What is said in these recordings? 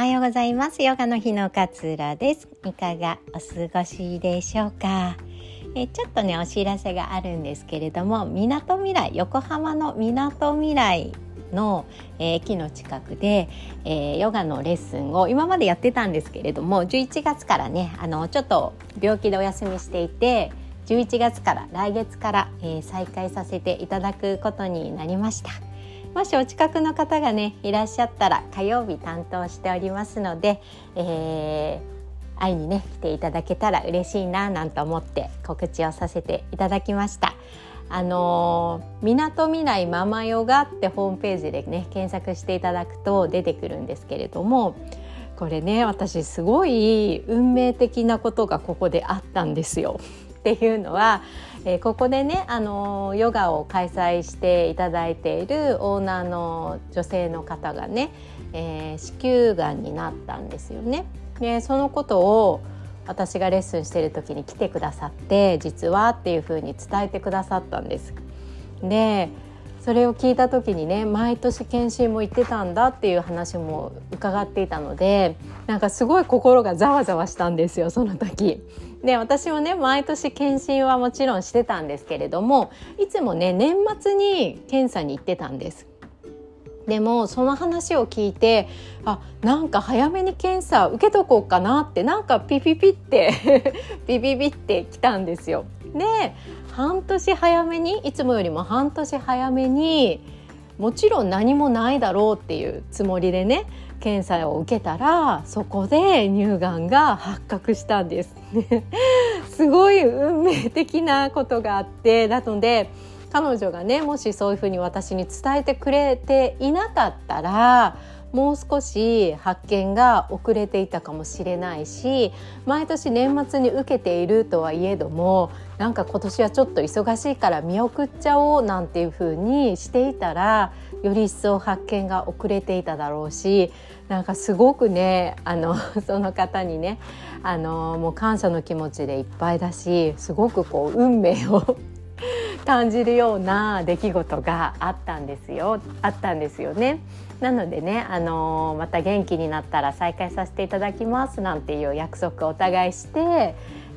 おはようございます。ヨガの日の勝浦です。いかがお過ごしでしょうか。ちょっとねお知らせがあるんですけれども、みなとみらい、横浜のみなとみらいの、駅の近くで、ヨガのレッスンを今までやってたんですけれども、11月からねちょっと病気でお休みしていて、11月から来月から、再開させていただくことになりました。もしお近くの方がねいらっしゃったら、火曜日担当しておりますので、会いにね来ていただけたら嬉しいななんて思って告知をさせていただきました。みなとみらいママヨガってホームページでね検索していただくと出てくるんですけれども、これね私すごい運命的なことがここであったんですよ。っていうのは、ここでねヨガを開催していただいているオーナーの女性の方がね、子宮がんになったんですよね。でそのことを私がレッスンしている時に来てくださって、実はっていうふうに伝えてくださったんです。でそれを聞いた時にね、毎年検診も行ってたんだっていう話も伺っていたので、なんかすごい心がざわざわしたんですよ、その時。で私もね毎年検診はもちろんしてたんですけれども、いつもね年末に検査に行ってたんです。でもその話を聞いて、なんか早めに検査受けとこうかなって、なんかピピピってピピピってきたんですよ。で半年早めに、いつもよりも半年早めに、もちろん何もないだろうっていうつもりでね検査を受けたら、そこで乳がんが発覚したんですすごい運命的なことがあって、なので彼女がねもしそういうふうに私に伝えてくれていなかったら、もう少し発見が遅れていたかもしれないし、毎年年末に受けているとはいえども、なんか今年はちょっと忙しいから見送っちゃおうなんていう風にしていたら、より一層発見が遅れていただろうし、なんかすごくねその方にねもう感謝の気持ちでいっぱいだし、すごくこう運命を感じるような出来事があったんですよね。なのでね、また元気になったら再開させていただきますなんていう約束をお互いして、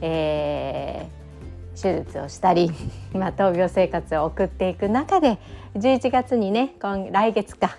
手術をしたり闘病生活を送っていく中で、11月にね来月か、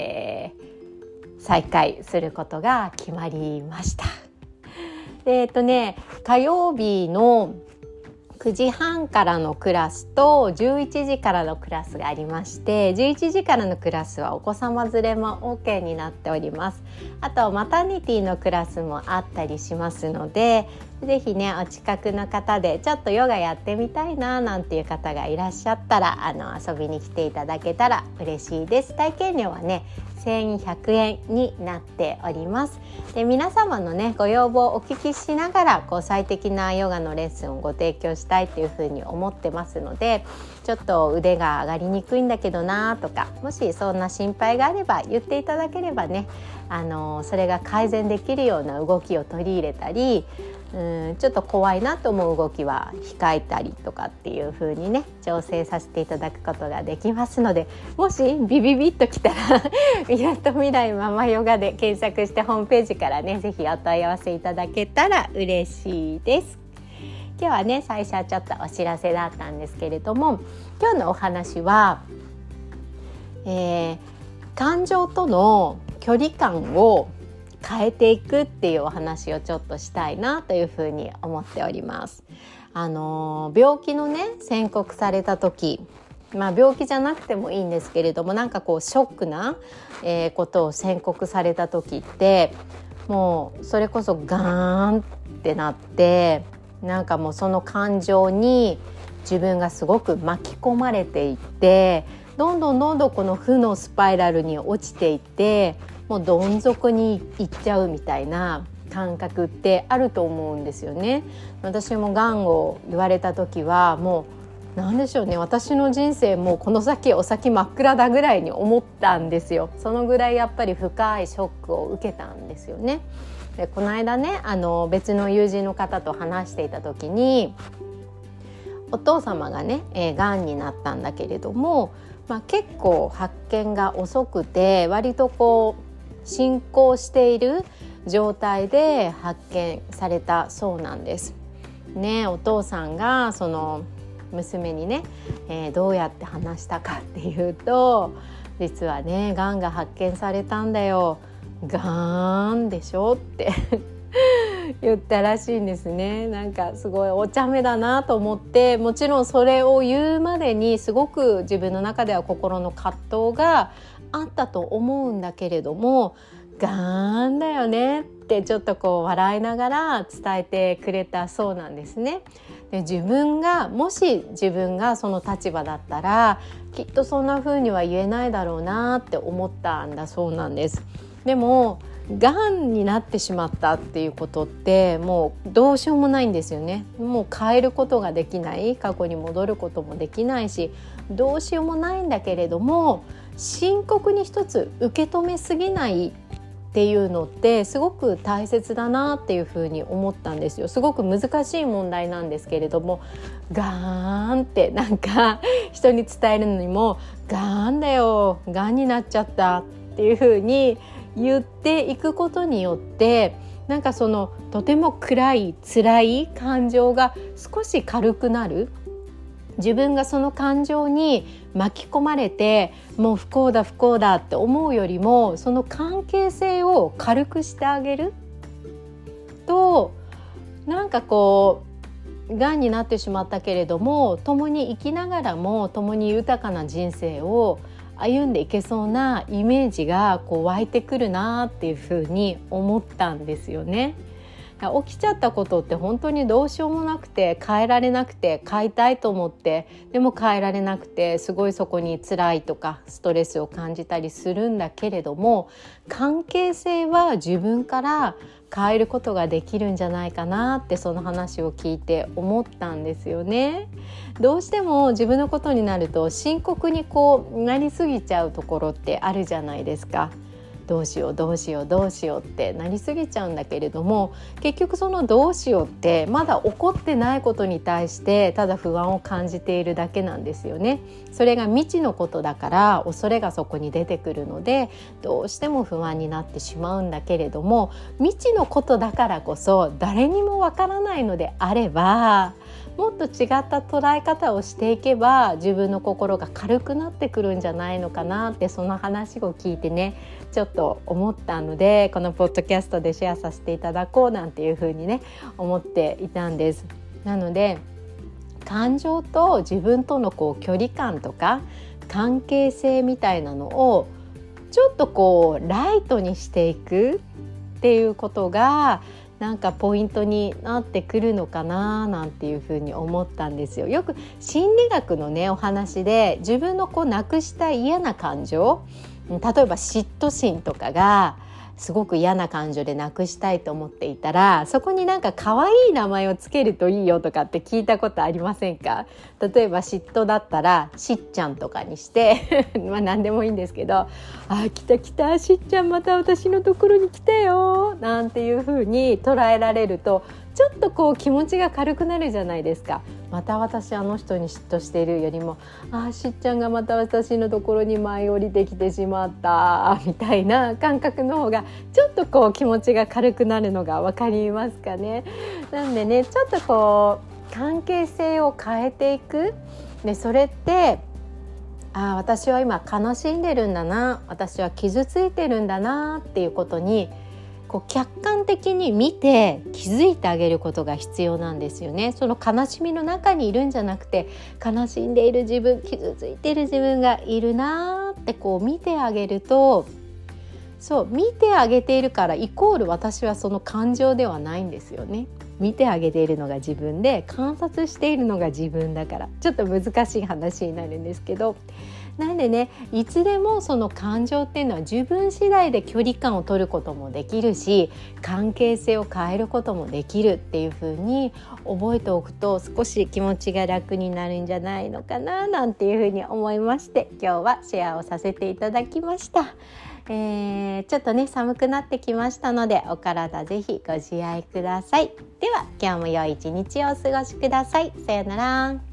再開することが決まりました。で火曜日の9時半からのクラスと11時からのクラスがありまして、11時からのクラスはお子様連れも OK になっております。あとマタニティのクラスもあったりしますので、ぜひねお近くの方でちょっとヨガやってみたいななんていう方がいらっしゃったら遊びに来ていただけたら嬉しいです。体験料はね1100円になっております。で皆様のねご要望をお聞きしながら、最適なヨガのレッスンをご提供したいというふうに思ってますので、ちょっと腕が上がりにくいんだけどなとか、もしそんな心配があれば言っていただければね、それが改善できるような動きを取り入れたり、ちょっと怖いなと思う動きは控えたりとかっていう風にね調整させていただくことができますので、もしビビビッときたらみなとみらいママヨガで検索してホームページからねぜひお問い合わせいただけたら嬉しいです。今日はね最初はちょっとお知らせだったんですけれども、今日のお話は、感情との距離感を変えていくっていうお話をちょっとしたいなというふうに思っております。病気のね宣告された時、病気じゃなくてもいいんですけれども、なんかショックな、ことを宣告された時って、もうそれこそガーンってなって、なんかもうその感情に自分がすごく巻き込まれていって、どんどんこの負のスパイラルに落ちていって、もうどん底に行っちゃうみたいな感覚ってあると思うんですよね。私もがんを言われた時はもうなんでしょうね、私の人生もうこの先お先真っ暗だぐらいに思ったんですよ。そのぐらいやっぱり深いショックを受けたんですよね。でこの間ね別の友人の方と話していた時に、お父様がねがんになったんだけれども、結構発見が遅くて、割と進行している状態で発見されたそうなんですね。お父さんがその娘にね、どうやって話したかっていうと、実はねがんが発見されたんだよ、がんでしょって言ったらしいんですね。なんかすごいお茶目だなと思って、もちろんそれを言うまでにすごく自分の中では心の葛藤があったと思うんだけれども、がんだよねってちょっとこう笑いながら伝えてくれたそうなんですね。でもし自分がその立場だったらきっとそんな風には言えないだろうなって思ったんだそうなんです。でもがんになってしまったっていうことってもうどうしようもないんですよね。もう変えることができない、過去に戻ることもできないし、どうしようもないんだけれども、深刻に一つ受け止めすぎないっていうのってすごく大切だなっていうふうに思ったんですよ。すごく難しい問題なんですけれども、がーんってなんか人に伝えるのにもがんだよ、がんになっちゃったっていうふうに言っていくことによって、なんかそのとても暗い辛い感情が少し軽くなる。自分がその感情に巻き込まれてもう不幸だ不幸だって思うよりも、その関係性を軽くしてあげると、なんかこうがんになってしまったけれども共に生きながらも共に豊かな人生を歩んでいけそうなイメージがこう湧いてくるなっていうふうに思ったんですよね。起きちゃったことって本当にどうしようもなくて、変えられなくて、変えたいと思ってでも変えられなくて、すごいそこに辛いとかストレスを感じたりするんだけれども、関係性は自分から変えることができるんじゃないかなって、その話を聞いて思ったんですよね。どうしても自分のことになると深刻にこうなりすぎちゃうところってあるじゃないですか。どうしようどうしようどうしようってなりすぎちゃうんだけれども、結局そのどうしようってまだ起こってないことに対してただ不安を感じているだけなんですよね。それが未知のことだから恐れがそこに出てくるので、どうしても不安になってしまうんだけれども、未知のことだからこそ誰にもわからないのであれば、もっと違った捉え方をしていけば自分の心が軽くなってくるんじゃないのかなって、その話を聞いてねちょっと思ったので、このポッドキャストでシェアさせていただこうなんていうふうにね思っていたんです。なので感情と自分とのこう距離感とか関係性みたいなのをちょっとこうライトにしていくっていうことがなんかポイントになってくるのかななんていうふうに思ったんですよ。よく心理学のねお話で、自分のこうなくした嫌な感情、例えば嫉妬心とかがすごく嫌な感情でなくしたいと思っていたら、そこになんか可愛い名前をつけるといいよとかって聞いたことありませんか？例えば嫉妬だったらしっちゃんとかにしてまあ何でもいいんですけど、来た来たしっちゃんまた私のところに来たよなんていう風に捉えられると、ちょっとこう気持ちが軽くなるじゃないですか。また私あの人に嫉妬しているよりも、しっちゃんがまた私のところに舞い降りてきてしまったみたいな感覚の方がちょっとこう気持ちが軽くなるのが分かりますかね。なんでね、ちょっとこう関係性を変えていく。でそれって私は今悲しんでるんだな、私は傷ついてるんだなっていうことにこう客観的に見て気づいてあげることが必要なんですよね。その悲しみの中にいるんじゃなくて、悲しんでいる自分、傷ついている自分がいるなってこう見てあげると、そう見てあげているからイコール私はその感情ではないんですよね。見てあげているのが自分で、観察しているのが自分だから、ちょっと難しい話になるんですけど、なんでね、いつでもその感情っていうのは自分次第で距離感を取ることもできるし、関係性を変えることもできるっていう風に覚えておくと、少し気持ちが楽になるんじゃないのかななんていう風に思いまして、今日はシェアをさせていただきました。ちょっとね寒くなってきましたので、お体ぜひご自愛ください。では今日も良い一日をお過ごしください。さよなら。